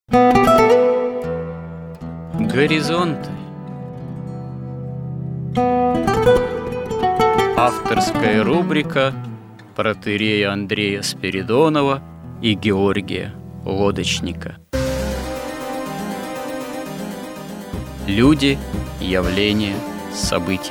Горизонты. Авторская рубрика протоиерея Андрея Спиридонова и Георгия Лодочника. Люди, явления, события.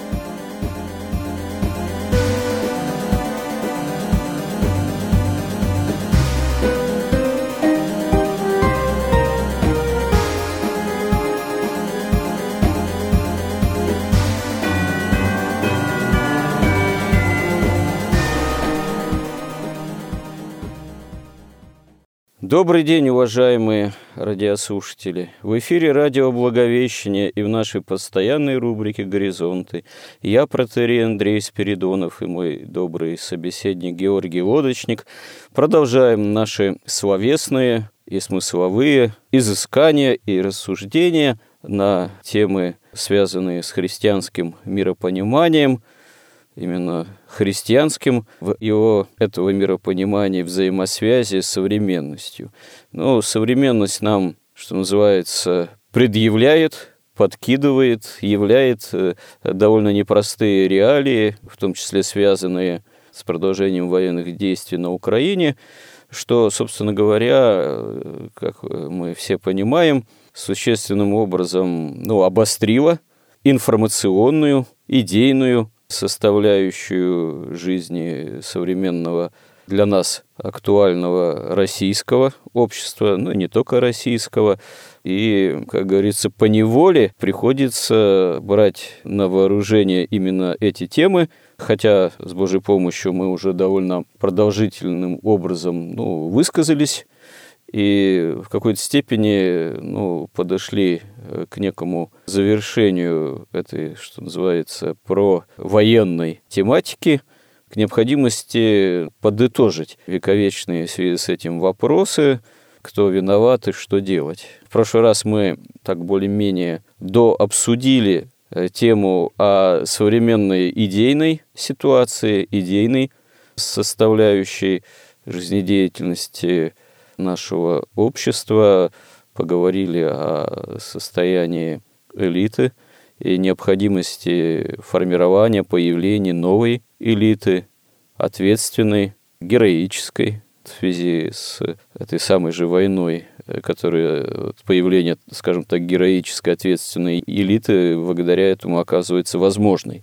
Добрый день, уважаемые радиослушатели! В эфире радио Благовещение и в нашей постоянной рубрике «Горизонты» я, протоиерей Андрей Спиридонов, и мой добрый собеседник Георгий Лодочник продолжаем наши словесные и смысловые изыскания и рассуждения на темы, связанные с христианским миропониманием, именно христианским в его этого миропонимания взаимосвязи с современностью. Но современность нам, что называется, предъявляет, подкидывает, являет довольно непростые реалии, в том числе связанные с продолжением военных действий на Украине, что, собственно говоря, как мы все понимаем, существенным образом обострило информационную, идейную составляющую жизни современного для нас актуального российского общества, но не только российского. И, как говорится, поневоле приходится брать на вооружение именно эти темы, хотя с Божьей помощью мы уже довольно продолжительным образом высказались и в какой-то степени подошли к некому завершению этой, что называется, провоенной тематики, к необходимости подытожить вековечные в связи с этим вопросы, кто виноват и что делать. В прошлый раз мы так более-менее дообсудили тему о современной идейной ситуации, идейной составляющей жизнедеятельности нашего общества, поговорили о состоянии элиты и необходимости формирования, появления новой элиты, ответственной, героической, в связи с этой самой же войной, которая появление, скажем так, героической, ответственной элиты благодаря этому оказывается возможной.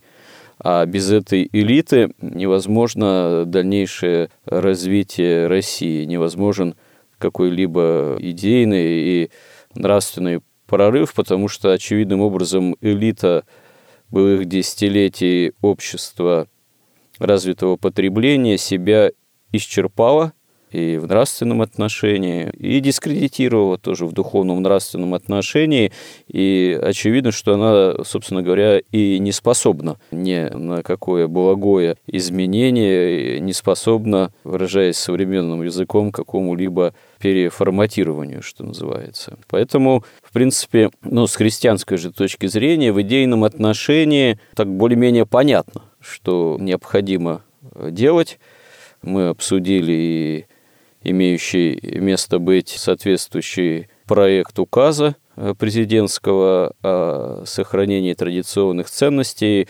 А без этой элиты невозможно дальнейшее развитие России, невозможен какой-либо идейный и нравственный прорыв, потому что очевидным образом элита былых десятилетий общества развитого потребления себя исчерпала и в нравственном отношении, и дискредитировала тоже в духовном нравственном отношении, и очевидно, что она, собственно говоря, и не способна ни на какое благое изменение, не способна, выражаясь современным языком, к какому-либо переформатированию, что называется. Поэтому, в принципе, с христианской же точки зрения, в идейном отношении так более-менее понятно, что необходимо делать. Мы обсудили и имеющий место быть соответствующий проект указа президентского о сохранении традиционных ценностей,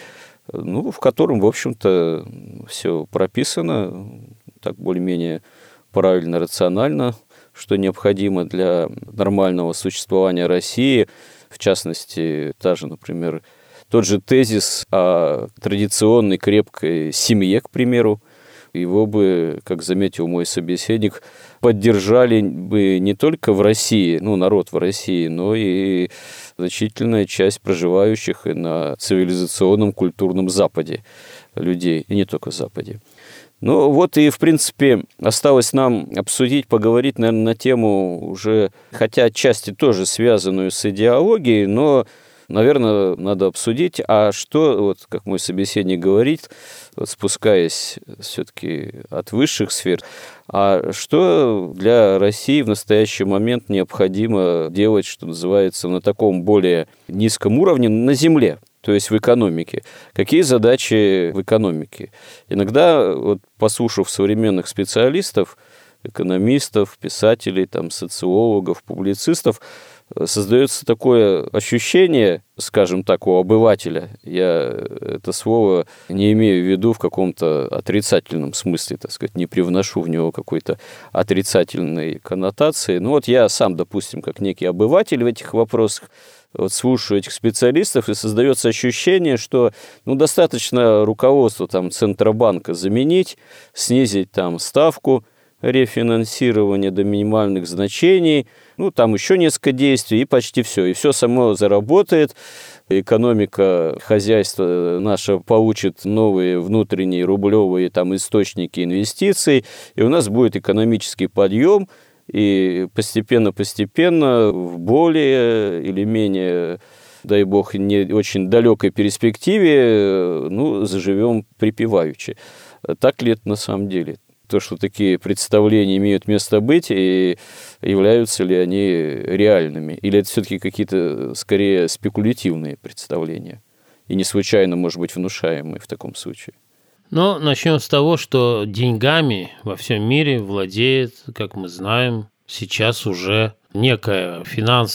в котором, в общем-то, все прописано так более-менее правильно, рационально, что необходимо для нормального существования России, в частности, например, тот же тезис о традиционной крепкой семье, к примеру, его бы, как заметил мой собеседник, поддержали бы не только в России, народ в России, но и значительная часть проживающих и на цивилизационном культурном Западе людей, и не только Западе. И, в принципе, осталось нам обсудить, поговорить, наверное, на тему уже, хотя отчасти тоже связанную с идеологией, но, наверное, надо обсудить, а что, как мой собеседник говорит, спускаясь все-таки от высших сфер, а что для России в настоящий момент необходимо делать, что называется, на таком более низком уровне, на земле, то есть в экономике. Какие задачи в экономике? Иногда, послушав современных специалистов, экономистов, писателей, там, социологов, публицистов, создается такое ощущение, скажем так, у обывателя, я это слово не имею в виду в каком-то отрицательном смысле, так сказать, не привношу в него какой-то отрицательной коннотации. Ну вот я сам, допустим, как некий обыватель в этих вопросах, вот слушаю этих специалистов, и создается ощущение, что достаточно руководство там, Центробанка заменить, снизить там ставку рефинансирования до минимальных значений, там еще несколько действий, и почти все. И все само заработает, экономика, хозяйство наше получит новые внутренние рублевые там, источники инвестиций, и у нас будет экономический подъем, и постепенно в более или менее, дай бог, не очень далекой перспективе, заживем припеваючи. Так ли это на самом деле? То, что такие представления имеют место быть, и являются ли они реальными? Или это все-таки какие-то, скорее, спекулятивные представления? И не случайно, может быть, внушаемые в таком случае? Но начнем с того, что деньгами во всем мире владеет, как мы знаем, сейчас уже некая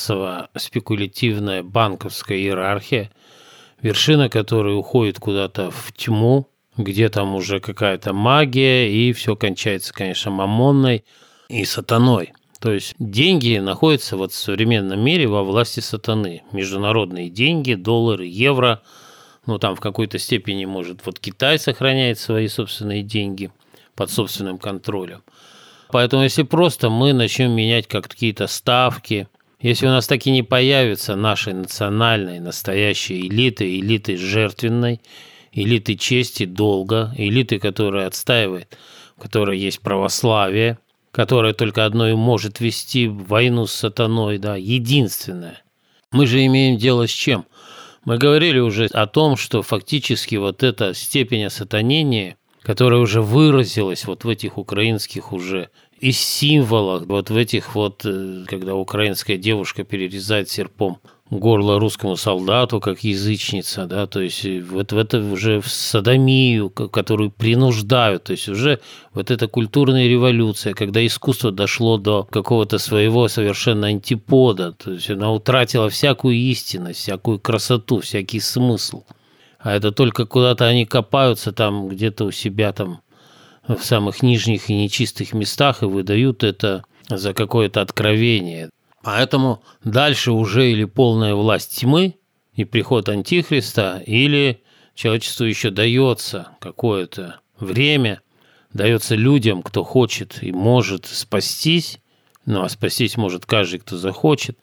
финансово-спекулятивная банковская иерархия, вершина которой уходит куда-то в тьму, где там уже какая-то магия, и все кончается, конечно, мамонной и сатаной. То есть деньги находятся в современном мире во власти сатаны. Международные деньги, доллары, евро. Там в какой-то степени, может, Китай сохраняет свои собственные деньги под собственным контролем. Поэтому если просто мы начнем менять какие-то ставки, если у нас таки не появится нашей национальной, настоящей элиты жертвенной, элиты чести, долга, элиты, которая отстаивает, в которой есть православие, которое только одно и может вести войну с сатаной, единственное. Мы же имеем дело с чем? Мы говорили уже о том, что фактически эта степень осатанения, которая уже выразилась в этих украинских уже и символах, в этих когда украинская девушка перерезает серпом горло русскому солдату, как язычница, то есть это уже в содомию, которую принуждают, то есть уже эта культурная революция, когда искусство дошло до какого-то своего совершенно антипода, то есть она утратила всякую истинность, всякую красоту, всякий смысл. А это только куда-то они копаются там где-то у себя там в самых нижних и нечистых местах и выдают это за какое-то откровение. Поэтому дальше уже или полная власть тьмы и приход Антихриста, или человечеству еще дается какое-то время, дается людям, кто хочет и может спастись, а спастись может каждый, кто захочет.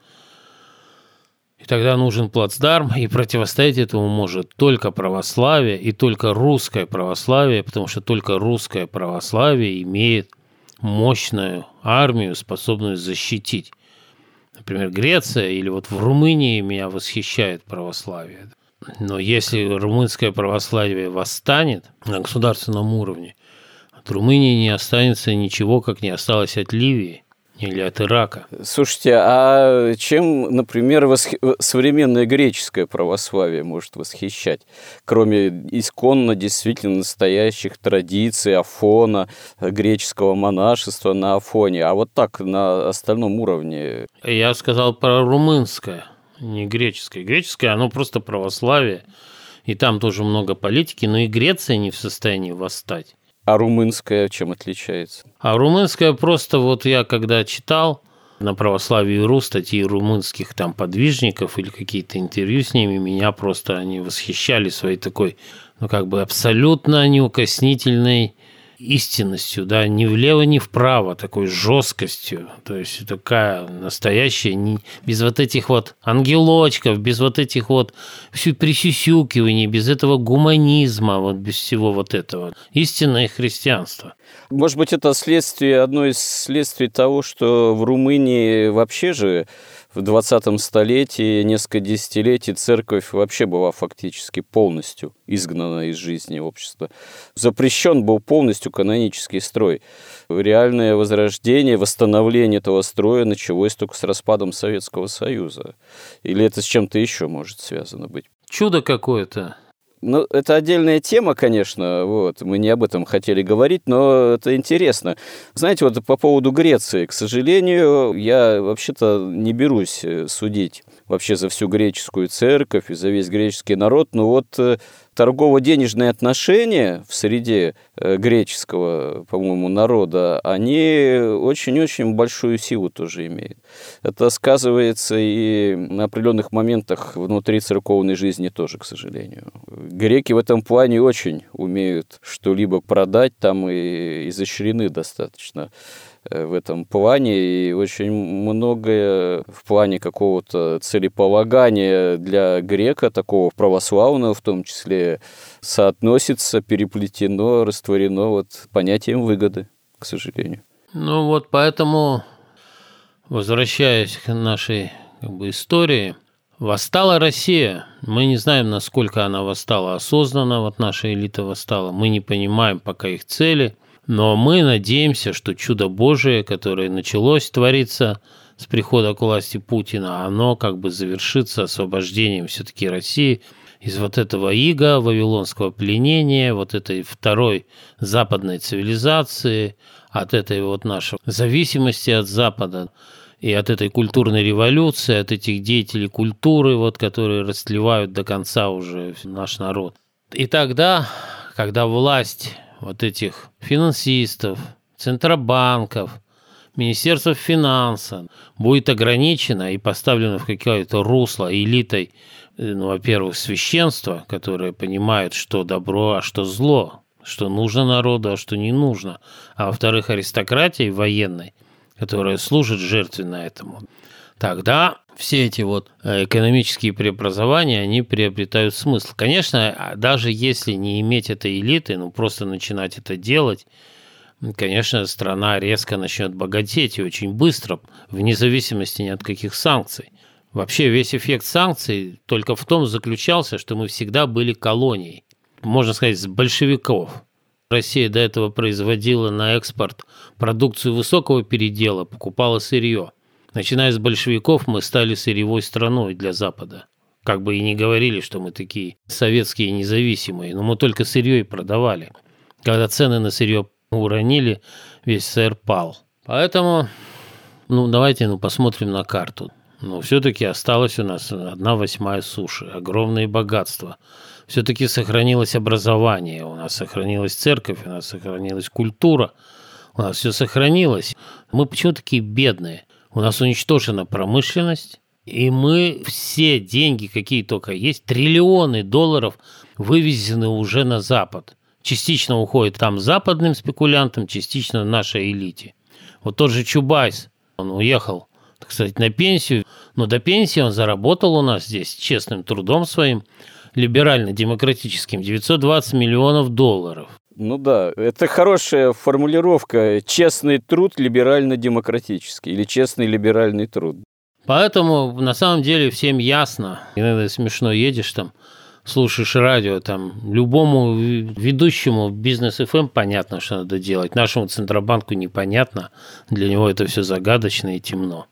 И тогда нужен плацдарм, и противостоять этому может только православие и только русское православие, потому что только русское православие имеет мощную армию, способную защитить. Например, Греция или в Румынии меня восхищает православие. Но если румынское православие восстанет на государственном уровне, от Румынии не останется ничего, как не осталось от Ливии или от Ирака. Слушайте, а чем, например, современное греческое православие может восхищать? Кроме исконно действительно настоящих традиций Афона, греческого монашества на Афоне, а так на остальном уровне? Я сказал про румынское, не греческое. Греческое, оно просто православие, и там тоже много политики, но и Греция не в состоянии восстать. А румынское чем отличается? А румынское просто я когда читал на «Православие.ру» статьи румынских там подвижников или какие-то интервью с ними, меня просто они восхищали своей такой, абсолютно неукоснительной истинностью, ни влево, ни вправо, такой жесткостью, то есть такая настоящая, без этих ангелочков, без этих присюсюкиваний, без этого гуманизма, без всего этого. Истинное христианство. Может быть, это одно из следствий того, что в Румынии вообще же в 20 столетии, несколько десятилетий церковь вообще была фактически полностью изгнана из жизни общества. Запрещен был полностью канонический строй. Реальное возрождение, восстановление этого строя началось только с распадом Советского Союза. Или это с чем-то еще может связано быть? Чудо какое-то. Ну, это отдельная тема, конечно, вот, мы не об этом хотели говорить, но это интересно. Знаете, вот по поводу Греции, к сожалению, я вообще-то не берусь судить вообще за всю греческую церковь и за весь греческий народ, но вот торгово-денежные отношения в среде греческого, по-моему, народа, они очень-очень большую силу тоже имеют. Это сказывается и на определенных моментах внутри церковной жизни тоже, к сожалению. Греки в этом плане очень умеют что-либо продать, там и изощрены достаточно в этом плане, и очень многое в плане какого-то целеполагания для грека, такого православного в том числе, соотносится, переплетено, растворено вот понятием выгоды, к сожалению. Ну вот поэтому, возвращаясь к нашей истории, восстала Россия. Мы не знаем, насколько она восстала осознанно, вот наша элита восстала. Мы не понимаем пока их цели. Но мы надеемся, что чудо Божие, которое началось твориться с прихода к власти Путина, оно завершится освобождением все-таки России из вот этого ига, вавилонского пленения, вот этой второй западной цивилизации, от этой вот нашей зависимости от Запада и от этой культурной революции, от этих деятелей культуры, вот, которые растлевают до конца уже наш народ. И тогда, когда власть вот этих финансистов, центробанков, Министерства финансов будет ограничена и поставлена в какое-то русло элитой, во-первых, священства, которое понимает, что добро, а что зло, что нужно народу, а что не нужно, а во-вторых, аристократии военной, которая служит жертвенно этому, тогда все эти вот экономические преобразования, они приобретают смысл. Конечно, даже если не иметь этой элиты, просто начинать это делать, конечно, страна резко начнет богатеть и очень быстро, вне зависимости ни от каких санкций. Вообще весь эффект санкций только в том заключался, что мы всегда были колонией, можно сказать, с большевиков. Россия до этого производила на экспорт продукцию высокого передела, покупала сырье. Начиная с большевиков мы стали сырьевой страной для Запада. И не говорили, что мы такие советские независимые, но мы только сырье и продавали. Когда цены на сырье уронили, весь СССР пал. Поэтому, давайте посмотрим на карту. Все-таки осталась у нас 1/8 суши, огромные богатства. Все-таки сохранилось образование, у нас сохранилась церковь, у нас сохранилась культура, у нас все сохранилось. Мы почему такие бедные? У нас уничтожена промышленность, и мы все деньги, какие только есть, триллионы долларов вывезены уже на Запад. Частично уходит там западным спекулянтам, частично нашей элите. Вот тот же Чубайс, он уехал, так сказать, на пенсию, но до пенсии он заработал у нас здесь честным трудом своим, либерально-демократическим, $920 миллионов. Ну да, это хорошая формулировка. Честный труд либерально-демократический или честный либеральный труд. Поэтому на самом деле всем ясно. Иногда смешно едешь там, слушаешь радио, там любому ведущему бизнес-ФМ понятно, что надо делать. Нашему Центробанку непонятно. Для него это все загадочно и темно.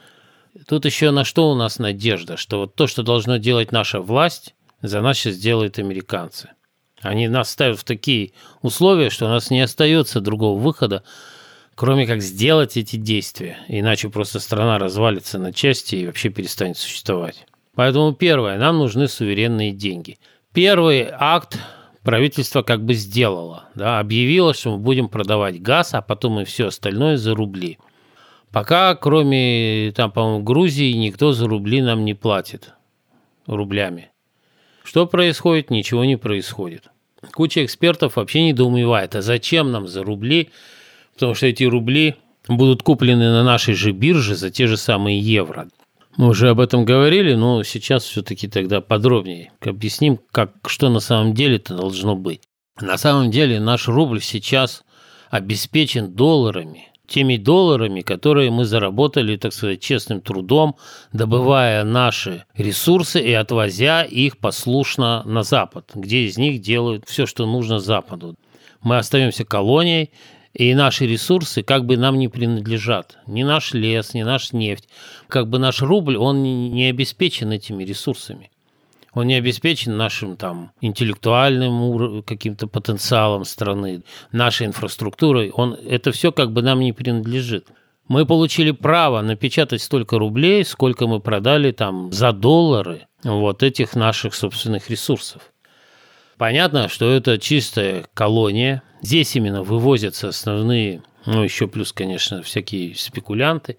Тут еще на что у нас надежда? Что вот то, что должно делать наша власть, за нас сейчас делают американцы. Они нас ставят в такие условия, что у нас не остается другого выхода, кроме как сделать эти действия. Иначе просто страна развалится на части и вообще перестанет существовать. Поэтому первое, нам нужны суверенные деньги. Первый акт правительство сделало, объявило, что мы будем продавать газ, а потом и все остальное за рубли. Пока, кроме, по-моему, Грузии, никто за рубли нам не платит рублями. Что происходит? Ничего не происходит. Куча экспертов вообще недоумевает, а зачем нам за рубли? Потому что эти рубли будут куплены на нашей же бирже за те же самые евро. Мы уже об этом говорили, но сейчас все-таки тогда подробнее объясним, что на самом деле-то должно быть. На самом деле наш рубль сейчас обеспечен долларами. Теми долларами, которые мы заработали, так сказать, честным трудом, добывая наши ресурсы и отвозя их послушно на Запад, где из них делают все, что нужно Западу. Мы остаемся колонией, и наши ресурсы нам не принадлежат. Ни наш лес, ни наша нефть. Наш рубль, он не обеспечен этими ресурсами. Он не обеспечен нашим там интеллектуальным каким-то потенциалом страны, нашей инфраструктурой. Это все как бы нам не принадлежит. Мы получили право напечатать столько рублей, сколько мы продали там за доллары вот этих наших собственных ресурсов. Понятно, что это чистая колония. Здесь именно вывозятся основные, еще плюс, конечно, всякие спекулянты,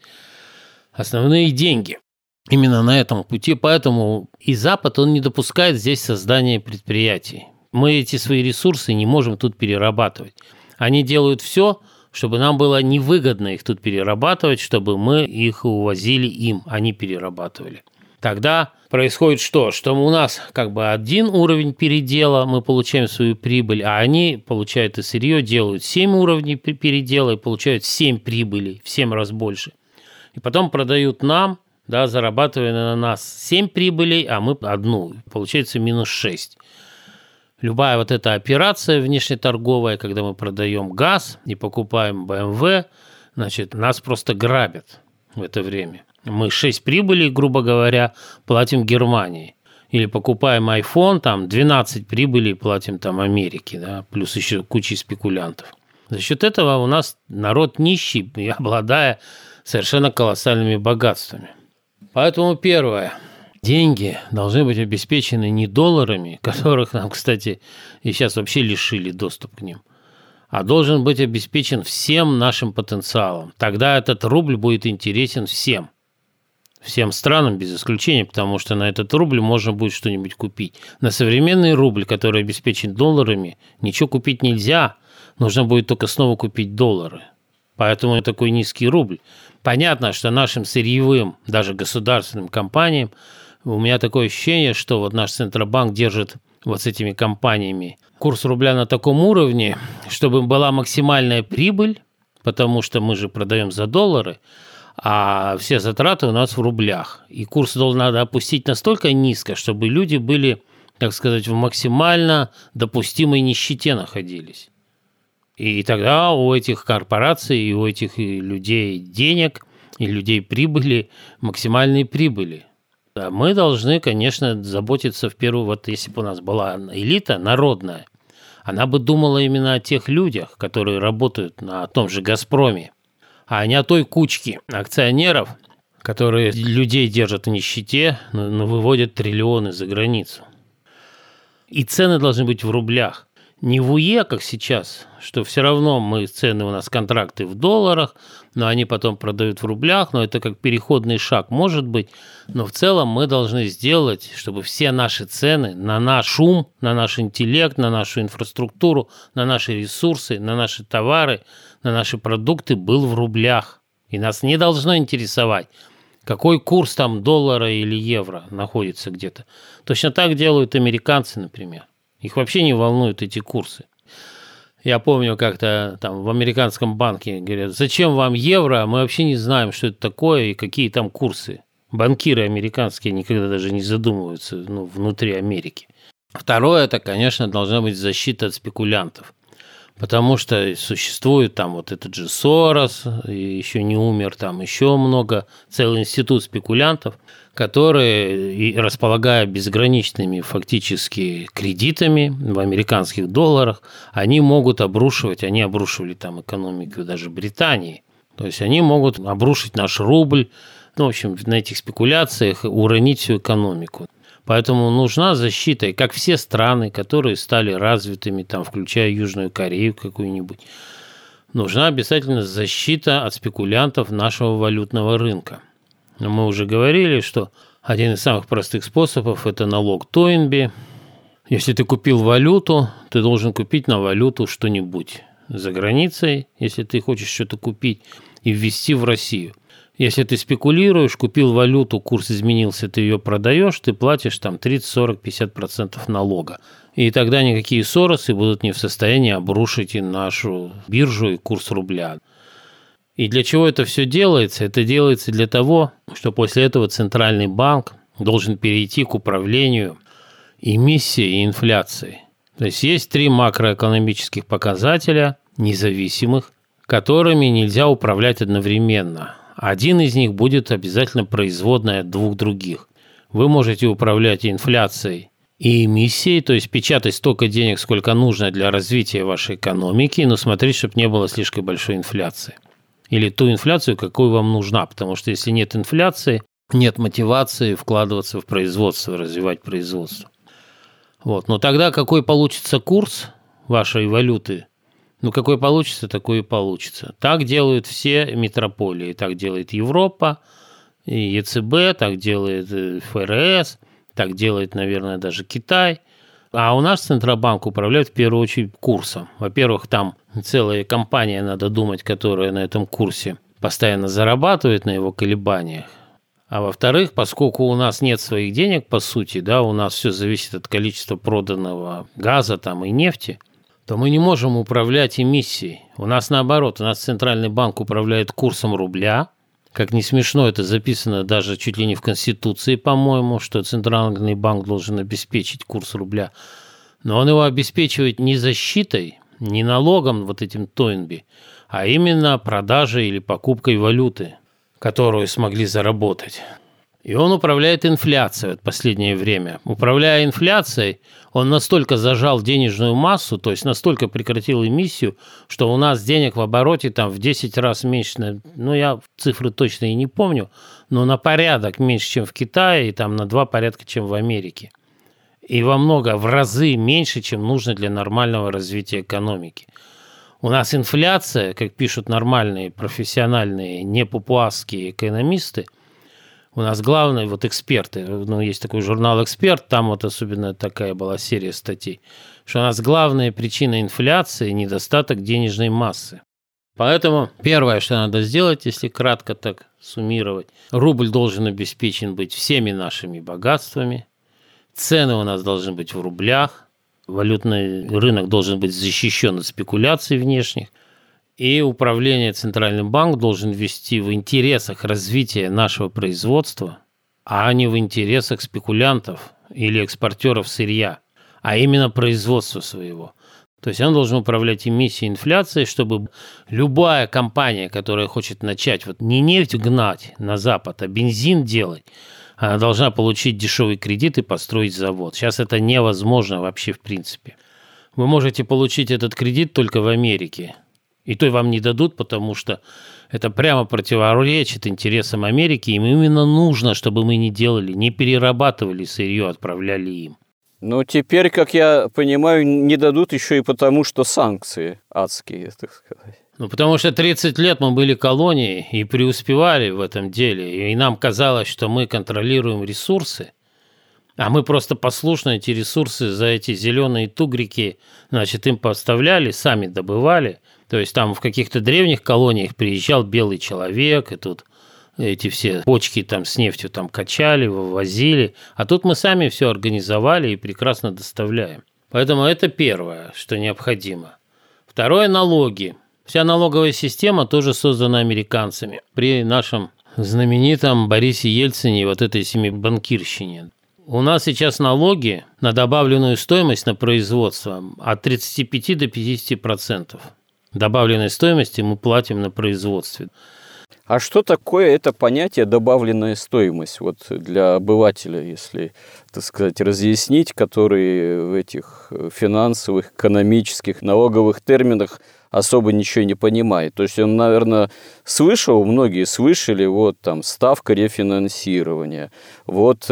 основные деньги. Именно на этом пути, поэтому и Запад, он не допускает здесь создания предприятий. Мы эти свои ресурсы не можем тут перерабатывать. Они делают все, чтобы нам было невыгодно их тут перерабатывать, чтобы мы их увозили им, а не перерабатывали. Тогда происходит что? Что у нас как бы один уровень передела, мы получаем свою прибыль, а они получают и сырье, делают 7 уровней передела и получают 7 прибылей, в 7 раз больше. И потом продают нам, да, зарабатывая на нас 7 прибылей, а мы одну. Получается минус 6. Любая вот эта операция внешнеторговая, когда мы продаем газ и покупаем BMW, значит, нас просто грабят в это время. Мы 6 прибылей, грубо говоря, платим Германии. Или покупаем iPhone, там 12 прибылей платим там Америке, да, плюс еще куча спекулянтов. За счет этого у нас народ нищий, и обладая совершенно колоссальными богатствами. Поэтому первое. Деньги должны быть обеспечены не долларами, которых нам, кстати, и сейчас вообще лишили доступ к ним, а должен быть обеспечен всем нашим потенциалом. Тогда этот рубль будет интересен всем. Всем странам без исключения, потому что на этот рубль можно будет что-нибудь купить. На современный рубль, который обеспечен долларами, ничего купить нельзя. Нужно будет только снова купить доллары. Поэтому такой низкий рубль. Понятно, что нашим сырьевым, даже государственным компаниям, у меня такое ощущение, что вот наш Центробанк держит вот с этими компаниями курс рубля на таком уровне, чтобы была максимальная прибыль, потому что мы же продаем за доллары, а все затраты у нас в рублях. И курс надо опустить настолько низко, чтобы люди были, так сказать, в максимально допустимой нищете находились. И тогда у этих корпораций, и у этих людей денег, и людей прибыли, максимальные прибыли. Да, мы должны, конечно, заботиться в первую, вот если бы у нас была элита народная, она бы думала именно о тех людях, которые работают на том же «Газпроме», а не о той кучке акционеров, которые людей держат в нищете, но выводят триллионы за границу. И цены должны быть в рублях. Не в УЕ, как сейчас, что все равно цены у нас контракты в долларах, но они потом продают в рублях, но это как переходный шаг может быть, но в целом мы должны сделать, чтобы все наши цены на наш ум, на наш интеллект, на нашу инфраструктуру, на наши ресурсы, на наши товары, на наши продукты был в рублях. И нас не должно интересовать, какой курс там доллара или евро находится где-то. Точно так делают американцы, например. Их вообще не волнуют эти курсы. Я помню, как-то там в американском банке говорят, зачем вам евро, мы вообще не знаем, что это такое и какие там курсы. Банкиры американские никогда даже не задумываются внутри Америки. Второе, это, конечно, должна быть защита от спекулянтов. Потому что существует там вот этот же Сорос, и еще не умер, там еще много, целый институт спекулянтов, которые, располагая безграничными фактически кредитами в американских долларах, они могут обрушивать, они обрушивали там экономику даже Британии. То есть они могут обрушить наш рубль, в общем, на этих спекуляциях уронить всю экономику. Поэтому нужна защита, и как все страны, которые стали развитыми, там, включая Южную Корею какую-нибудь, нужна обязательно защита от спекулянтов нашего валютного рынка. Но мы уже говорили, что один из самых простых способов – это налог Тойнби. Если ты купил валюту, ты должен купить на валюту что-нибудь за границей, если ты хочешь что-то купить, и ввести в Россию. Если ты спекулируешь, купил валюту, курс изменился, ты ее продаешь, ты платишь там 30, 40, 50% налога. И тогда никакие Соросы будут не в состоянии обрушить и нашу биржу, и курс рубля. И для чего это все делается? Это делается для того, что после этого Центральный банк должен перейти к управлению эмиссией и инфляцией. То есть есть 3 макроэкономических показателя независимых, которыми нельзя управлять одновременно. Один из них будет обязательно производной от 2 других. Вы можете управлять инфляцией и эмиссией, то есть печатать столько денег, сколько нужно для развития вашей экономики, но смотреть, чтобы не было слишком большой инфляции. Или ту инфляцию, какую вам нужна, потому что если нет инфляции, нет мотивации вкладываться в производство, развивать производство. Вот. Но тогда какой получится курс вашей валюты? Ну, какой получится, такой и получится. Так делают все метрополии. Так делает Европа, и ЕЦБ, так делает ФРС, так делает, наверное, даже Китай. А у нас Центробанк управляет в первую очередь курсом. Во-первых, там целая компания, надо думать, которая на этом курсе постоянно зарабатывает на его колебаниях. А во-вторых, поскольку у нас нет своих денег, по сути, да, у нас все зависит от количества проданного газа там, и нефти, то мы не можем управлять эмиссией. У нас наоборот, у нас Центральный банк управляет курсом рубля. Как ни смешно, это записано даже чуть ли не в Конституции, по-моему, что Центральный банк должен обеспечить курс рубля. Но он его обеспечивает не защитой, не налогом вот этим Тойнби, а именно продажей или покупкой валюты, которую смогли заработать. И он управляет инфляцией в последнее время. Управляя инфляцией, он настолько зажал денежную массу, то есть настолько прекратил эмиссию, что у нас денег в обороте там в 10 раз меньше, ну я цифры точно и не помню, но на порядок меньше, чем в Китае, и там на 2 порядка, чем в Америке. И в разы меньше, чем нужно для нормального развития экономики. У нас инфляция, как пишут нормальные, профессиональные, не папуасские экономисты, у нас главные вот эксперты, ну, есть такой журнал «Эксперт», там вот особенно такая была серия статей, что у нас главная причина инфляции – недостаток денежной массы. Поэтому первое, что надо сделать, если кратко так суммировать, рубль должен обеспечен быть всеми нашими богатствами, цены у нас должны быть в рублях, валютный рынок должен быть защищен от спекуляций внешних, и управление Центральным банком должен вести в интересах развития нашего производства, а не в интересах спекулянтов или экспортеров сырья, а именно производства своего. То есть он должен управлять эмиссией, инфляцией, чтобы любая компания, которая хочет начать вот не нефть гнать на Запад, а бензин делать, она должна получить дешевый кредит и построить завод. Сейчас это невозможно вообще в принципе. Вы можете получить этот кредит только в Америке. И то вам не дадут, потому что это прямо противоречит интересам Америки. Им именно нужно, чтобы мы не делали, не перерабатывали сырье, отправляли им. Но теперь, как я понимаю, не дадут еще и потому, что санкции адские, так сказать. Ну, потому что 30 лет мы были колонией и преуспевали в этом деле. И нам казалось, что мы контролируем ресурсы, а мы просто послушно эти ресурсы за эти зеленые тугрики, значит, им поставляли, сами добывали. То есть там в каких-то древних колониях приезжал белый человек, и тут эти все бочки там с нефтью там качали, вывозили. А тут мы сами все организовали и прекрасно доставляем. Поэтому это первое, что необходимо. Второе – налоги. Вся налоговая система тоже создана американцами при нашем знаменитом Борисе Ельцине и вот этой семибанкирщине. У нас сейчас налоги на добавленную стоимость на производство от 35 до 50%. Добавленной стоимости мы платим на производстве. А что такое это понятие «добавленная стоимость» вот для обывателя, если, так сказать, разъяснить, который в этих финансовых, экономических, налоговых терминах особо ничего не понимает? То есть он, наверное, многие слышали, вот там ставка рефинансирования, вот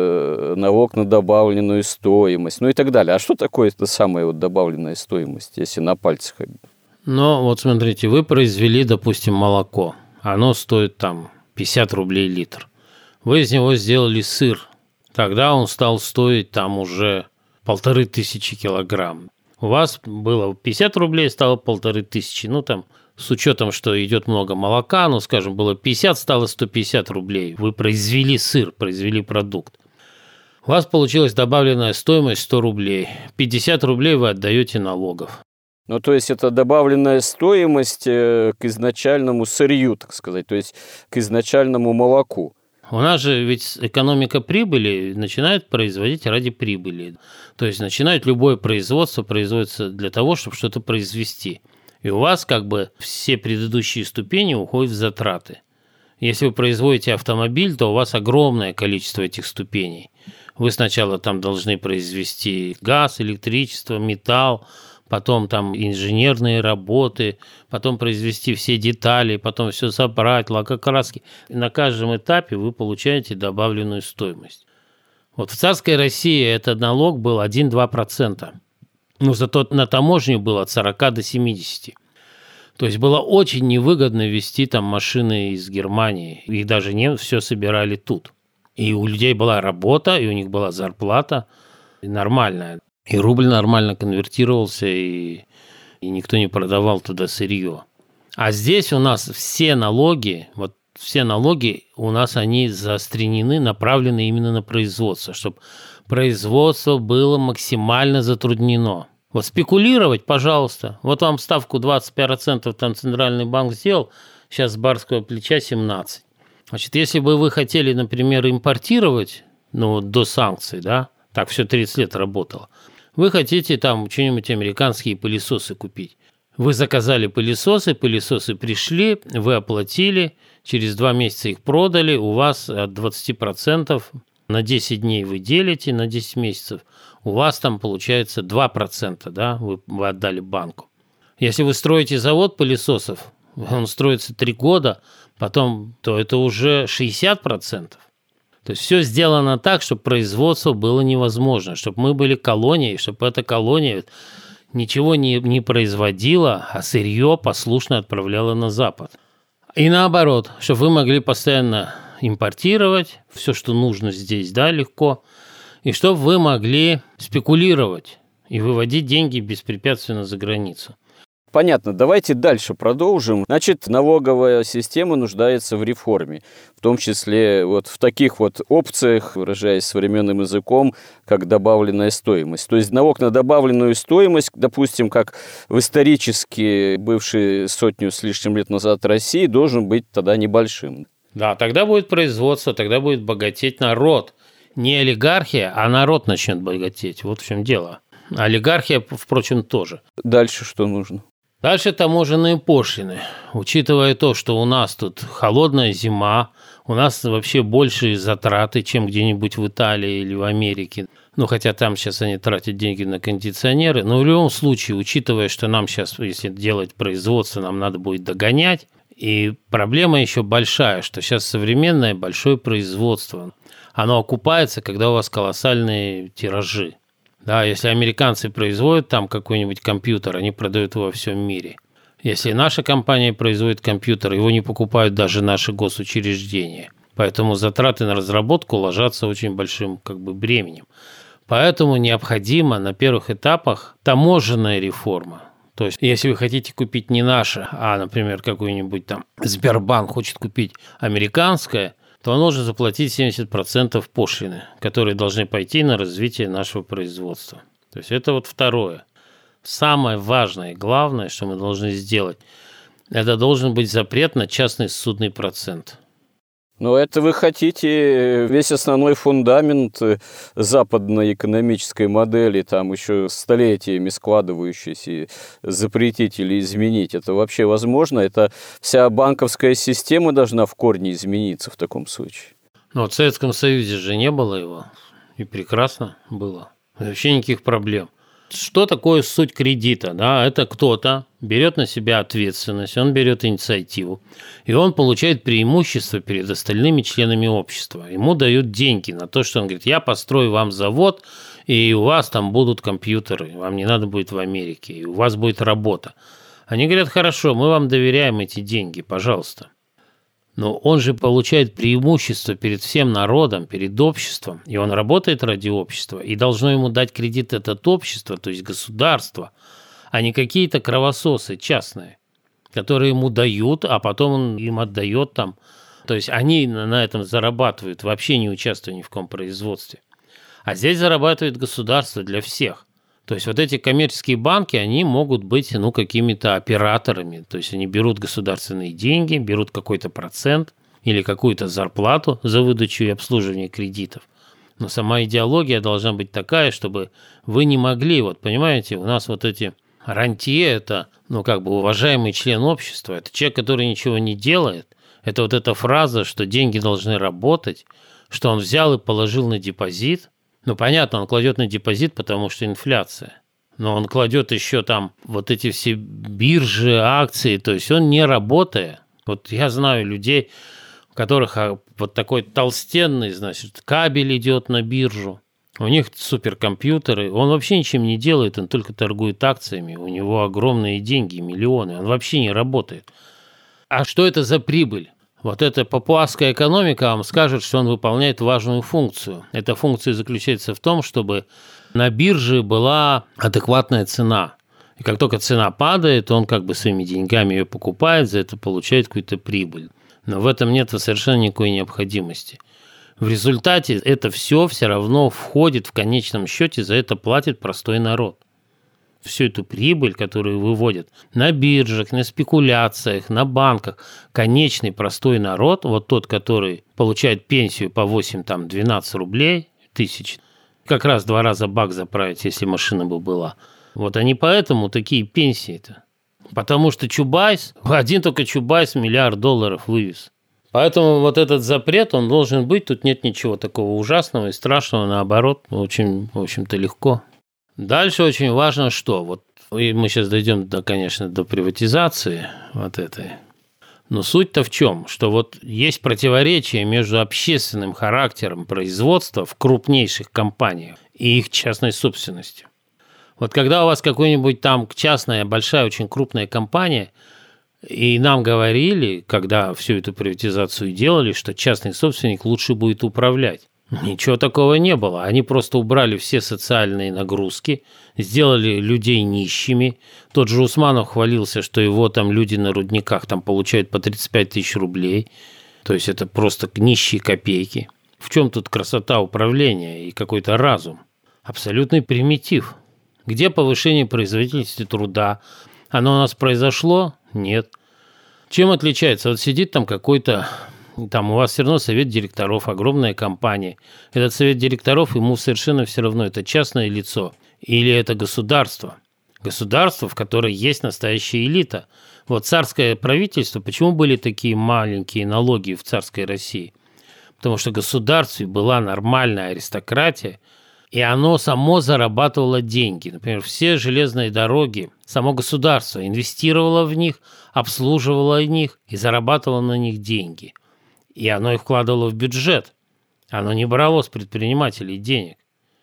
налог на добавленную стоимость, ну и так далее. А что такое эта самая вот добавленная стоимость, если на пальцах? Ну, вот смотрите, вы произвели, допустим, молоко. Оно стоит там 50 рублей литр. Вы из него сделали сыр. Тогда он стал стоить там уже 1500 килограмм. У вас было 50 рублей, стало 1500. Ну, там, с учетом, что идет много молока, ну, скажем, было 50, стало 150 рублей. Вы произвели сыр, произвели продукт. У вас получилась добавленная стоимость 100 рублей. 50 рублей вы отдаете налогов. Ну, то есть это добавленная стоимость к изначальному сырью, так сказать, то есть к изначальному молоку. У нас же ведь экономика прибыли начинает производить ради прибыли. То есть начинает любое производство, производится для того, чтобы что-то произвести. И у вас как бы все предыдущие ступени уходят в затраты. Если вы производите автомобиль, то у вас огромное количество этих ступеней. Вы сначала там должны произвести газ, электричество, металл, потом там инженерные работы, потом произвести все детали, потом все собрать, лакокраски. И на каждом этапе вы получаете добавленную стоимость. Вот в царской России этот налог был 1-2%. Но зато на таможне было от 40 до 70. То есть было очень невыгодно везти там машины из Германии. Их даже не все собирали тут. И у людей была работа, и у них была зарплата нормальная. И рубль нормально конвертировался, и никто не продавал туда сырье. А здесь у нас все налоги у нас они заостренены, направлены именно на производство, чтобы производство было максимально затруднено. Вот спекулировать, пожалуйста. Вот вам ставку 20% там Центральный банк сделал, сейчас с барского плеча 17%. Значит, если бы вы хотели, например, импортировать, до санкций, да, так все 30 лет работало, вы хотите там что-нибудь американские пылесосы купить. Вы заказали пылесосы пришли, вы оплатили, через 2 месяца их продали, у вас от 20% на 10 дней вы делите, на 10 месяцев, у вас там получается 2%, да, вы отдали банку. Если вы строите завод пылесосов, он строится 3 года, потом, то это уже 60%. То есть все сделано так, чтобы производство было невозможно, чтобы мы были колонией, чтобы эта колония ничего не производила, а сырье послушно отправляла на Запад. И наоборот, чтобы вы могли постоянно импортировать все, что нужно здесь, да, легко, и чтобы вы могли спекулировать и выводить деньги беспрепятственно за границу. Понятно, давайте дальше продолжим. Значит, налоговая система нуждается в реформе, в том числе вот в таких вот опциях, выражаясь современным языком, как добавленная стоимость. То есть налог на добавленную стоимость, допустим, как в исторически бывшей 100 с лишним лет назад России, должен быть тогда небольшим. Да, тогда будет производство, тогда будет богатеть народ. Не олигархия, а народ начнет богатеть. Вот в чем дело. Олигархия, впрочем, тоже. Дальше что нужно? Дальше таможенные пошлины. Учитывая то, что у нас тут холодная зима, у нас вообще большие затраты, чем где-нибудь в Италии или в Америке. Хотя там сейчас они тратят деньги на кондиционеры. Но в любом случае, учитывая, что нам сейчас, если делать производство, нам надо будет догонять. И проблема еще большая, что сейчас современное большое производство. Оно окупается, когда у вас колоссальные тиражи. Да, если американцы производят там какой-нибудь компьютер, они продают его во всем мире. Если наша компания производит компьютер, его не покупают даже наши госучреждения. Поэтому затраты на разработку ложатся очень большим бременем. Поэтому необходима на первых этапах таможенная реформа. То есть, если вы хотите купить не наше, а, например, какой-нибудь там Сбербанк хочет купить американское, то он должен заплатить 70% пошлины, которые должны пойти на развитие нашего производства. То есть это вот второе. Самое важное и главное, что мы должны сделать, это должен быть запрет на частный ссудный процент. Но это вы хотите весь основной фундамент западной экономической модели, там еще столетиями складывающейся, запретить или изменить. Это вообще возможно? Это вся банковская система должна в корне измениться в таком случае? Но в Советском Союзе же не было его. И прекрасно было. Вообще никаких проблем. Что такое суть кредита? Да, это кто-то берет на себя ответственность, он берет инициативу, и он получает преимущество перед остальными членами общества. Ему дают деньги на то, что он говорит: я построю вам завод, и у вас там будут компьютеры, вам не надо будет в Америке, и у вас будет работа. Они говорят: хорошо, мы вам доверяем эти деньги, пожалуйста. Но он же получает преимущество перед всем народом, перед обществом, и он работает ради общества, и должно ему дать кредит это общество, то есть государство, а не какие-то кровососы частные, которые ему дают, а потом он им отдает там. То есть они на этом зарабатывают, вообще не участвуя ни в каком производстве. А здесь зарабатывает государство для всех. То есть вот эти коммерческие банки, они могут быть какими-то операторами. То есть они берут государственные деньги, берут какой-то процент или какую-то зарплату за выдачу и обслуживание кредитов. Но сама идеология должна быть такая, чтобы вы не могли, понимаете, у нас эти рантье – это, уважаемый член общества, это человек, который ничего не делает, Это вот эта фраза, что деньги должны работать, что он взял и положил на депозит. Ну, понятно, он кладет на депозит, потому что инфляция. Но он кладет еще там вот эти все биржи, акции, то есть он не работая. Вот я знаю людей, у которых вот такой толстенный, значит, кабель идет на биржу. У них суперкомпьютеры, он вообще ничем не делает, он только торгует акциями, у него огромные деньги, миллионы, он вообще не работает. А что это за прибыль? Вот эта папуасская экономика вам скажет, что он выполняет важную функцию. Эта функция заключается в том, чтобы на бирже была адекватная цена. И как только цена падает, он как бы своими деньгами ее покупает, за это получает какую-то прибыль. Но в этом нет совершенно никакой необходимости. В результате это все равно входит в конечном счете, за это платит простой народ. Всю эту прибыль, которую выводят на биржах, на спекуляциях, на банках, конечный простой народ, вот тот, который получает пенсию по 8-12 рублей тысяч, как раз 2 раза бак заправить, если машина бы была. Вот они поэтому такие пенсии-то. Потому что Чубайс, один только Чубайс $1 миллиард вывез. Поэтому вот этот запрет, он должен быть, тут нет ничего такого ужасного и страшного, наоборот, очень, в общем-то, легко. Дальше очень важно, что, вот и мы сейчас дойдем, конечно, до приватизации вот этой. Но суть-то в чем? Что вот есть противоречие между общественным характером производства в крупнейших компаниях и их частной собственностью. Вот когда у вас какой-нибудь там частная, большая, очень крупная компания, и нам говорили, когда всю эту приватизацию делали, что частный собственник лучше будет управлять. Ничего такого не было. Они просто убрали все социальные нагрузки, сделали людей нищими. Тот же Усманов хвалился, что его там люди на рудниках там получают по 35 тысяч рублей. То есть это просто нищие копейки. В чем тут красота управления и какой-то разум? Абсолютный примитив. Где повышение производительности труда? Оно у нас произошло? Нет. Чем отличается? Вот сидит там какой-то, там у вас все равно совет директоров, огромная компания. Этот совет директоров, ему совершенно все равно, это частное лицо или это государство. Государство, в котором есть настоящая элита. Вот царское правительство, почему были такие маленькие налоги в царской России? Потому что в государстве была нормальная аристократия, и оно само зарабатывало деньги. Например, все железные дороги, само государство инвестировало в них, обслуживало них и зарабатывало на них деньги. И оно их вкладывало в бюджет. Оно не брало с предпринимателей денег.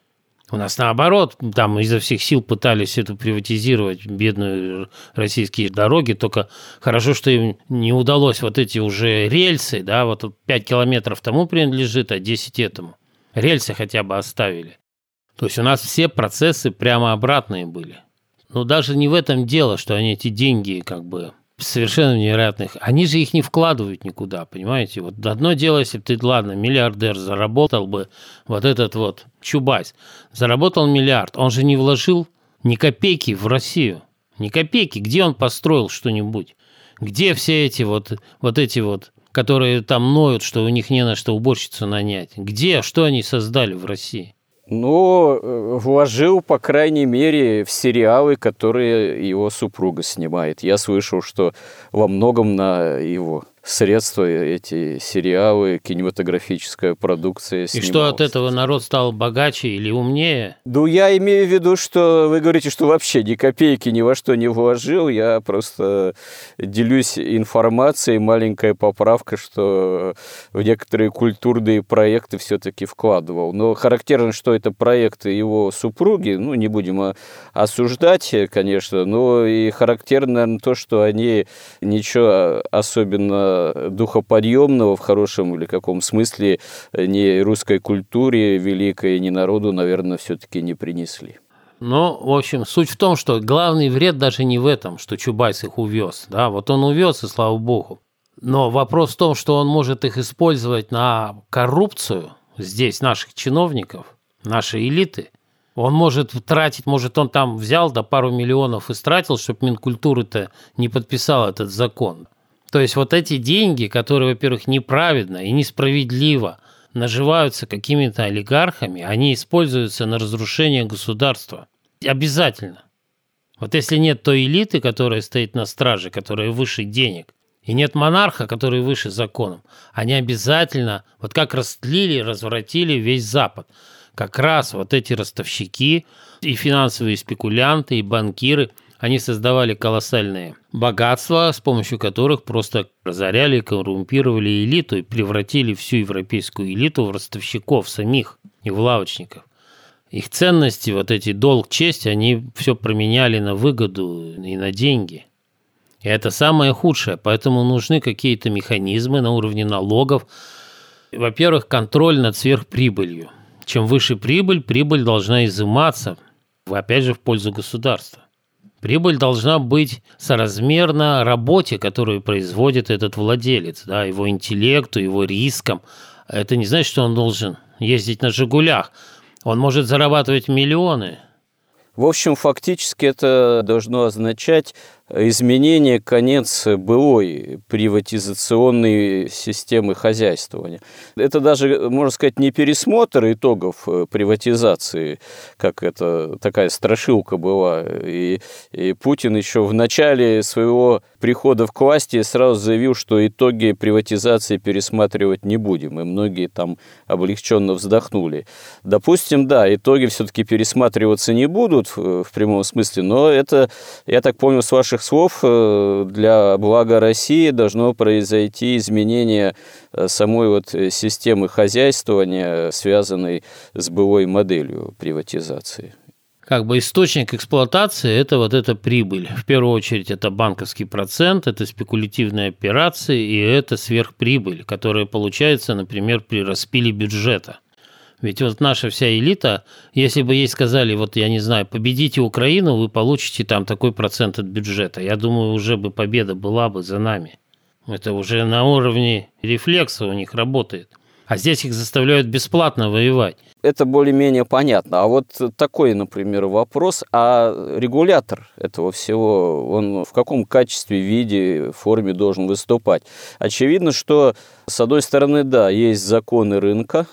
У нас наоборот, там изо всех сил пытались эту приватизировать, бедные российские дороги, только хорошо, что им не удалось вот эти уже рельсы, да, вот 5 километров тому принадлежит, а 10 этому. Рельсы хотя бы оставили. То есть у нас все процессы прямо обратные были. Но даже не в этом дело, что они эти деньги как бы совершенно невероятных, они же их не вкладывают никуда, понимаете? Вот одно дело, если бы ты, ладно, миллиардер заработал бы, вот этот вот Чубайс, заработал миллиард, он же не вложил ни копейки в Россию, ни копейки, где он построил что-нибудь? Где все эти вот эти вот, которые там ноют, что у них не на что уборщицу нанять? Где, что они создали в России? Но вложил, по крайней мере, в сериалы, которые его супруга снимает. Я слышал, что во многом на его средства эти сериалы, кинематографическая продукция снималась. И что от этого народ стал богаче или умнее? Ну, я имею в виду, что вы говорите, что вообще ни копейки ни во что не вложил. Я просто делюсь информацией, маленькая поправка, что в некоторые культурные проекты все-таки вкладывал. Но характерно, что это проекты его супруги, ну, не будем осуждать, конечно, но и характерно, наверное, то, что они ничего особенно духоподъемного в хорошем или каком смысле ни русской культуре великой, ни народу, наверное, все-таки не принесли. Ну, в общем, суть в том, что главный вред даже не в этом, что Чубайс их увез. Да, вот он увез, и слава богу. Но вопрос в том, что он может их использовать на коррупцию здесь, наших чиновников, нашей элиты. Он может тратить, может, он там взял до пару миллионов и стратил, чтобы Минкультура-то не подписал этот закон. То есть вот эти деньги, которые, во-первых, неправедно и несправедливо наживаются какими-то олигархами, они используются на разрушение государства. Обязательно. Вот если нет той элиты, которая стоит на страже, которая выше денег, и нет монарха, который выше законом, они обязательно, вот как растлили, развратили весь Запад. Как раз вот эти ростовщики и финансовые спекулянты, и банкиры, они создавали колоссальные богатства, с помощью которых просто разоряли и коррумпировали элиту и превратили всю европейскую элиту в ростовщиков самих и в лавочников. Их ценности, вот эти долг, честь, они все променяли на выгоду и на деньги. И это самое худшее, поэтому нужны какие-то механизмы на уровне налогов. Во-первых, контроль над сверхприбылью. Чем выше прибыль, прибыль должна изыматься, опять же, в пользу государства. Прибыль должна быть соразмерна работе, которую производит этот владелец, да, его интеллекту, его рискам. Это не значит, что он должен ездить на «Жигулях». Он может зарабатывать миллионы. В общем, фактически это должно означать изменение, конец былой приватизационной системы хозяйствования. Это даже, можно сказать, не пересмотр итогов приватизации, как это такая страшилка была. И Путин еще в начале своего прихода к власти сразу заявил, что итоги приватизации пересматривать не будем, и многие там облегченно вздохнули. Допустим, да, итоги все-таки пересматриваться не будут в прямом смысле, но это, я так понял, с ваших слов, для блага России должно произойти изменение самой вот системы хозяйствования, связанной с былой моделью приватизации. Как бы источник эксплуатации – это вот эта прибыль. В первую очередь это банковский процент, это спекулятивные операции и это сверхприбыль, которая получается, например, при распиле бюджета. Ведь вот наша вся элита, если бы ей сказали, вот я не знаю, победите Украину, вы получите там такой процент от бюджета, я думаю, уже бы победа была бы за нами. Это уже на уровне рефлекса у них работает. А здесь их заставляют бесплатно воевать. Это более-менее понятно. А вот такой, например, вопрос. А регулятор этого всего, он в каком качестве, виде, форме должен выступать? Очевидно, что, с одной стороны, да, есть законы рынка,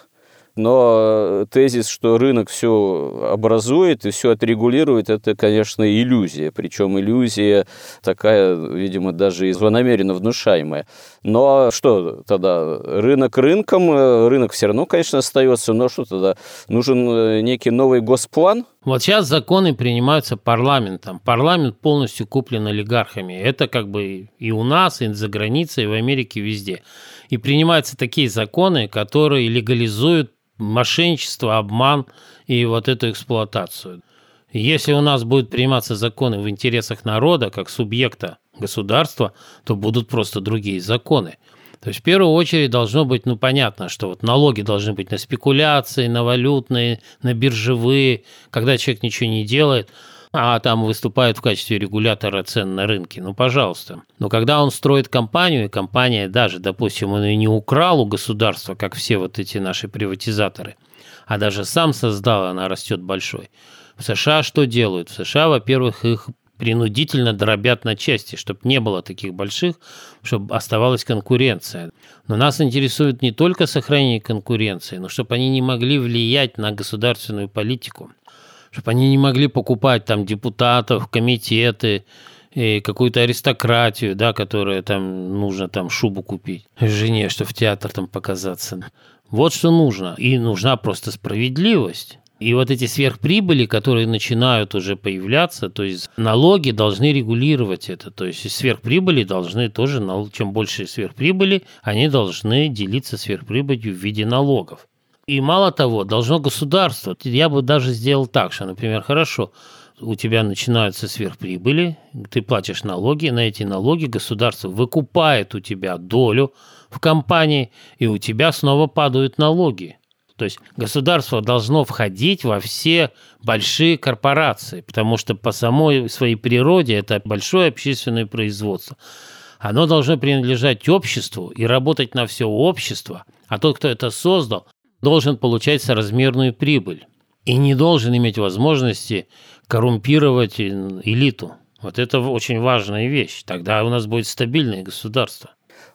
но тезис, что рынок все образует и все отрегулирует, это, конечно, иллюзия. Причем иллюзия такая, видимо, даже и злонамеренно внушаемая. Но что тогда? Рынок рынком, рынок все равно, конечно, остается, но что тогда? Нужен некий новый госплан? Вот сейчас законы принимаются парламентом. Парламент полностью куплен олигархами. Это как бы и у нас, и за границей, и в Америке, везде. И принимаются такие законы, которые легализуют мошенничество, обман и вот эту эксплуатацию. Если у нас будут приниматься законы в интересах народа, как субъекта государства, то будут просто другие законы. То есть в первую очередь должно быть, понятно, что вот налоги должны быть на спекуляции, на валютные, на биржевые, когда человек ничего не делает, а там выступает в качестве регулятора цен на рынке, пожалуйста. Но когда он строит компанию, и компания даже, допустим, он ее не украл у государства, как все вот эти наши приватизаторы, а даже сам создал, она растет большой. В США что делают? В США, во-первых, их принудительно дробят на части, чтобы не было таких больших, чтобы оставалась конкуренция. Но нас интересует не только сохранение конкуренции, но чтобы они не могли влиять на государственную политику, чтобы они не могли покупать там депутатов, комитеты, и какую-то аристократию, да, которая там нужно там шубу купить жене, чтобы в театр там показаться. Вот что нужно. И нужна просто справедливость. И вот эти сверхприбыли, которые начинают уже появляться, то есть налоги должны регулировать это. То есть сверхприбыли должны тоже, чем больше сверхприбыли, они должны делиться сверхприбылью в виде налогов. И мало того, должно государство. Я бы даже сделал так, что, например, хорошо, у тебя начинаются сверхприбыли, ты платишь налоги, на эти налоги государство выкупает у тебя долю в компании, и у тебя снова падают налоги. То есть государство должно входить во все большие корпорации, потому что по самой своей природе это большое общественное производство. Оно должно принадлежать обществу и работать на все общество, а тот, кто это создал, должен получать соразмерную прибыль и не должен иметь возможности коррумпировать элиту. Вот это очень важная вещь. Тогда у нас будет стабильное государство.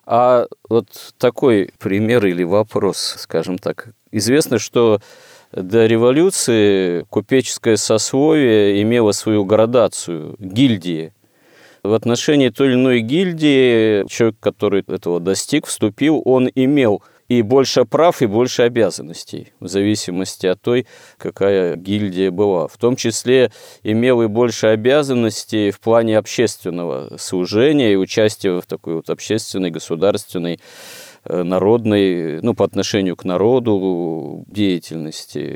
А вот такой пример или вопрос, скажем так. Известно, что до революции купеческое сословие имело свою градацию, гильдии. в отношении той или иной гильдии человек, который этого достиг, вступил, он имел и больше прав, и больше обязанностей, в зависимости от той, какая гильдия была. В том числе имел и больше обязанностей в плане общественного служения и участия в такой вот общественной, государственной, народной, по отношению к народу деятельности.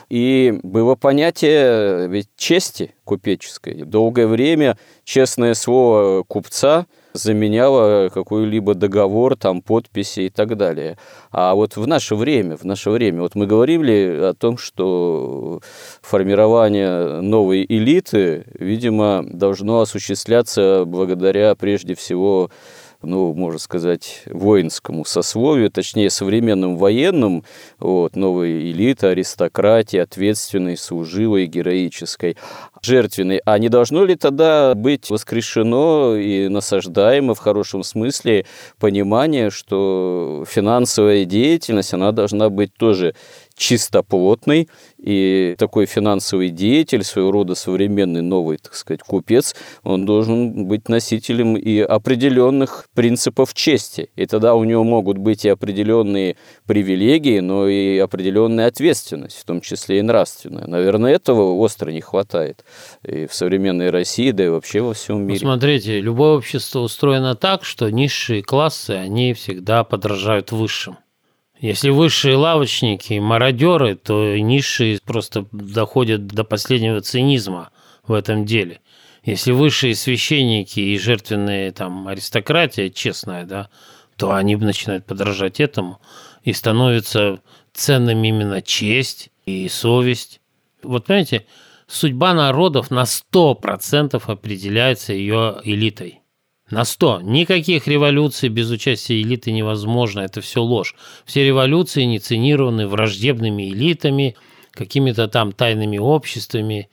И было понятие ведь чести купеческой. Долгое время честное слово купца заменяло какой-либо договор, подписи и так далее. А вот в наше время, вот мы говорили о том, что формирование новой элиты, видимо, должно осуществляться благодаря, прежде всего, можно сказать, воинскому сословию, точнее, современным военным, новой элиты, аристократии, ответственной, служивой, героической, жертвенной. А не должно ли тогда быть воскрешено и насаждаемо в хорошем смысле понимание, что финансовая деятельность, она должна быть тоже чистоплотный, и такой финансовый деятель, своего рода современный новый, так сказать, купец, он должен быть носителем и определенных принципов чести. И тогда у него могут быть и определенные привилегии, но и определенная ответственность, в том числе и нравственная. Наверное, этого остро не хватает и в современной России, да и вообще во всем мире. Смотрите, любое общество устроено так, что низшие классы, они всегда подражают высшим. Если высшие лавочники, мародеры, то низшие просто доходят до последнего цинизма в этом деле. Если высшие священники и жертвенные аристократия честная, то они начинают подражать этому и становятся ценными именно честь и совесть. Вот понимаете, судьба народов на 100% определяется ее элитой. На 100. Никаких революций без участия элиты невозможно. Это все ложь. Все революции инициированы враждебными элитами, какими-то тайными обществами,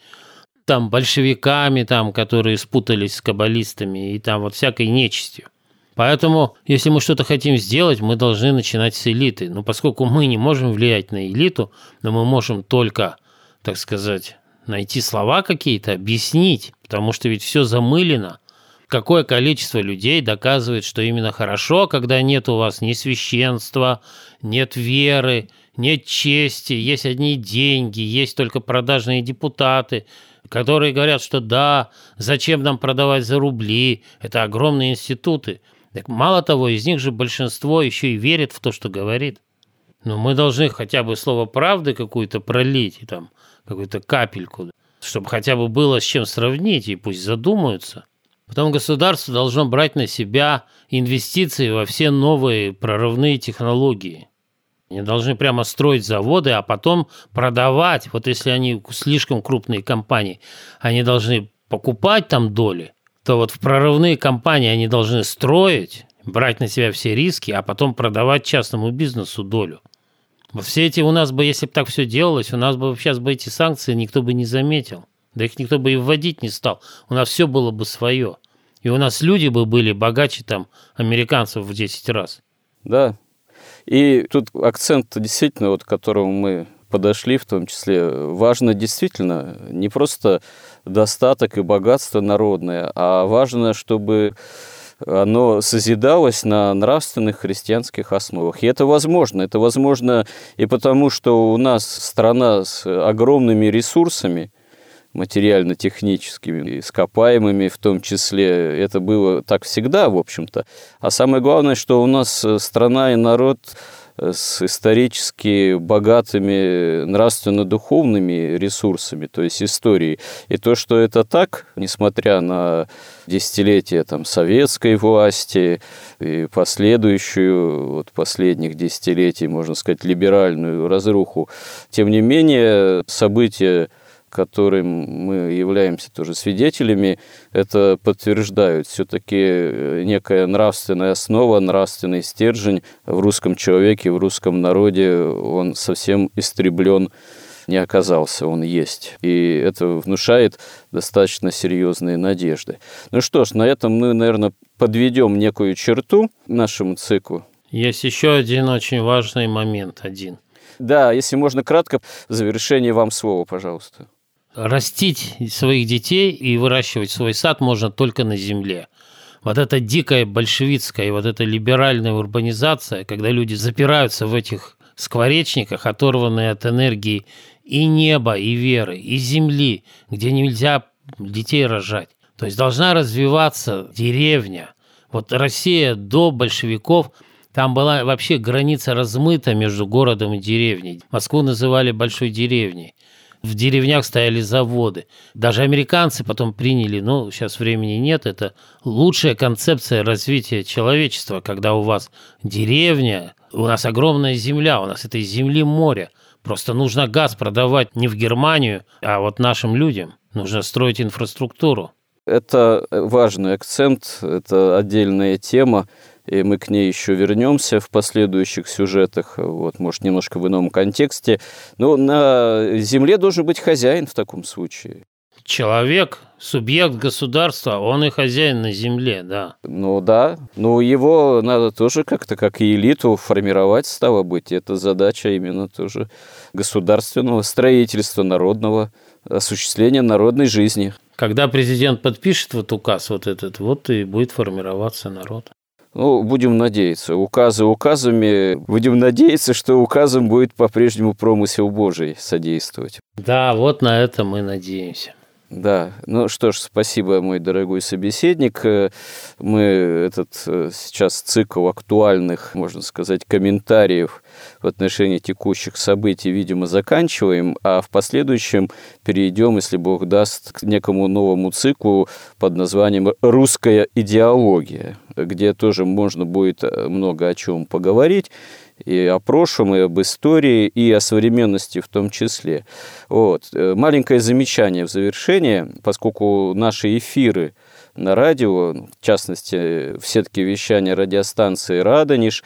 большевиками, которые спутались с каббалистами и всякой нечистью. Поэтому, если мы что-то хотим сделать, мы должны начинать с элиты. Но поскольку мы не можем влиять на элиту, но мы можем только, так сказать, найти слова какие-то, объяснить, потому что ведь все замылено. Какое количество людей доказывает, что именно хорошо, когда нет у вас ни священства, нет веры, нет чести, есть одни деньги, есть только продажные депутаты, которые говорят, что да, зачем нам продавать за рубли, это огромные институты. Так мало того, из них же большинство еще и верит в то, что говорит. Но мы должны хотя бы слово правды какую-то пролить, какую-то капельку, чтобы хотя бы было с чем сравнить, и пусть задумаются. Потом государство должно брать на себя инвестиции во все новые прорывные технологии. Они должны прямо строить заводы, а потом продавать. Вот если они слишком крупные компании, они должны покупать доли, то в прорывные компании они должны строить, брать на себя все риски, а потом продавать частному бизнесу долю. Вот все эти у нас бы, если бы так все делалось, у нас бы сейчас бы эти санкции никто бы не заметил. Да их никто бы и вводить не стал. У нас все было бы свое. И у нас люди бы были богаче американцев в 10 раз. Да. И тут акцент действительно, к которому мы подошли, в том числе, важно действительно не просто достаток и богатство народное, а важно, чтобы оно созидалось на нравственных христианских основах. И это возможно. Это возможно и потому, что у нас страна с огромными ресурсами, материально-техническими, ископаемыми в том числе. Это было так всегда, в общем-то. А самое главное, что у нас страна и народ с исторически богатыми нравственно-духовными ресурсами, то есть историей. И то, что это так, несмотря на десятилетия советской власти и последующую, последних десятилетий, можно сказать, либеральную разруху, тем не менее, события, которым мы являемся тоже свидетелями, это подтверждают. Все-таки некая нравственная основа, нравственный стержень в русском человеке, в русском народе, он совсем истреблен не оказался, он есть. И это внушает достаточно серьезные надежды. Ну что ж, на этом мы, наверное, подведем некую черту нашему циклу. Есть еще один очень важный момент, Да, если можно кратко, в завершение вам слово, пожалуйста. Растить своих детей и выращивать свой сад можно только на земле. Вот эта дикая большевистская и вот эта либеральная урбанизация, когда люди запираются в этих скворечниках, оторванные от энергии и неба, и веры, и земли, где нельзя детей рожать. То есть должна развиваться деревня. Вот Россия до большевиков, там была вообще граница размыта между городом и деревней. Москву называли большой деревней. В деревнях стояли заводы. Даже американцы потом приняли, сейчас времени нет, это лучшая концепция развития человечества, когда у вас деревня, у нас огромная земля, у нас этой земли море. Просто нужно газ продавать не в Германию, а вот нашим людям. Нужно строить инфраструктуру. Это важный акцент, это отдельная тема, и мы к ней еще вернемся в последующих сюжетах, может, немножко в ином контексте. Но на земле должен быть хозяин в таком случае. Человек, субъект государства, он и хозяин на земле, да. Его надо тоже как-то, как и элиту, формировать, стало быть. Это задача именно тоже государственного строительства, народного осуществления народной жизни. Когда президент подпишет указ и будет формироваться народ. Будем надеяться. Указы указами. Будем надеяться, что указом будет по-прежнему промысел Божий содействовать. Да, на это мы надеемся. Да, что ж, спасибо, мой дорогой собеседник. Мы этот сейчас цикл актуальных, можно сказать, комментариев в отношении текущих событий, видимо, заканчиваем, а в последующем перейдем, если Бог даст, к некому новому циклу под названием «Русская идеология», где тоже можно будет много о чем поговорить, и о прошлом, и об истории, и о современности в том числе. Маленькое замечание в завершение, поскольку наши эфиры на радио, в частности, в сетке вещания радиостанции «Радонеж»,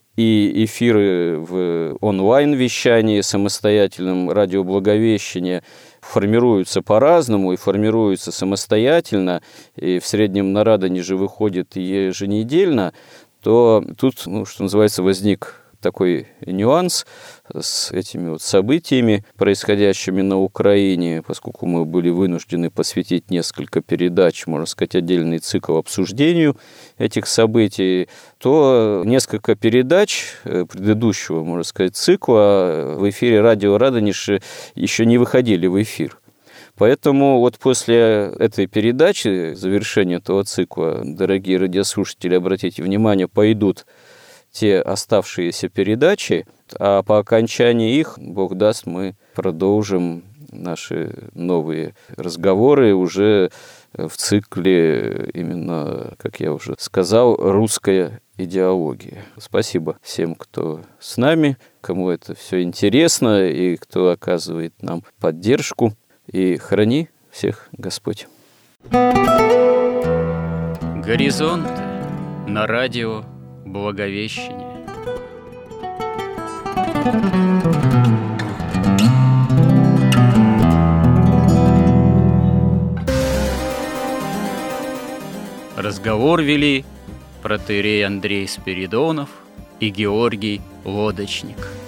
и эфиры в онлайн-вещании, самостоятельном радио «Благовещение» формируются по-разному и формируются самостоятельно, и в среднем на Радонеже выходит еженедельно, то тут, что называется, возник такой нюанс с этими событиями, происходящими на Украине, поскольку мы были вынуждены посвятить несколько передач, можно сказать, отдельный цикл обсуждению этих событий, то несколько передач предыдущего, можно сказать, цикла в эфире радио «Радонеж» еще не выходили в эфир. Поэтому после этой передачи, завершения этого цикла, дорогие радиослушатели, обратите внимание, пойдут те оставшиеся передачи, а по окончании их, Бог даст, мы продолжим наши новые разговоры уже в цикле именно, как я уже сказал, «Русская идеология». Спасибо всем, кто с нами, кому это все интересно и кто оказывает нам поддержку. И храни всех Господь. Горизонт на радио Благовещение. Разговор вели протоиерей Андрей Спиридонов и Георгий Лодочник.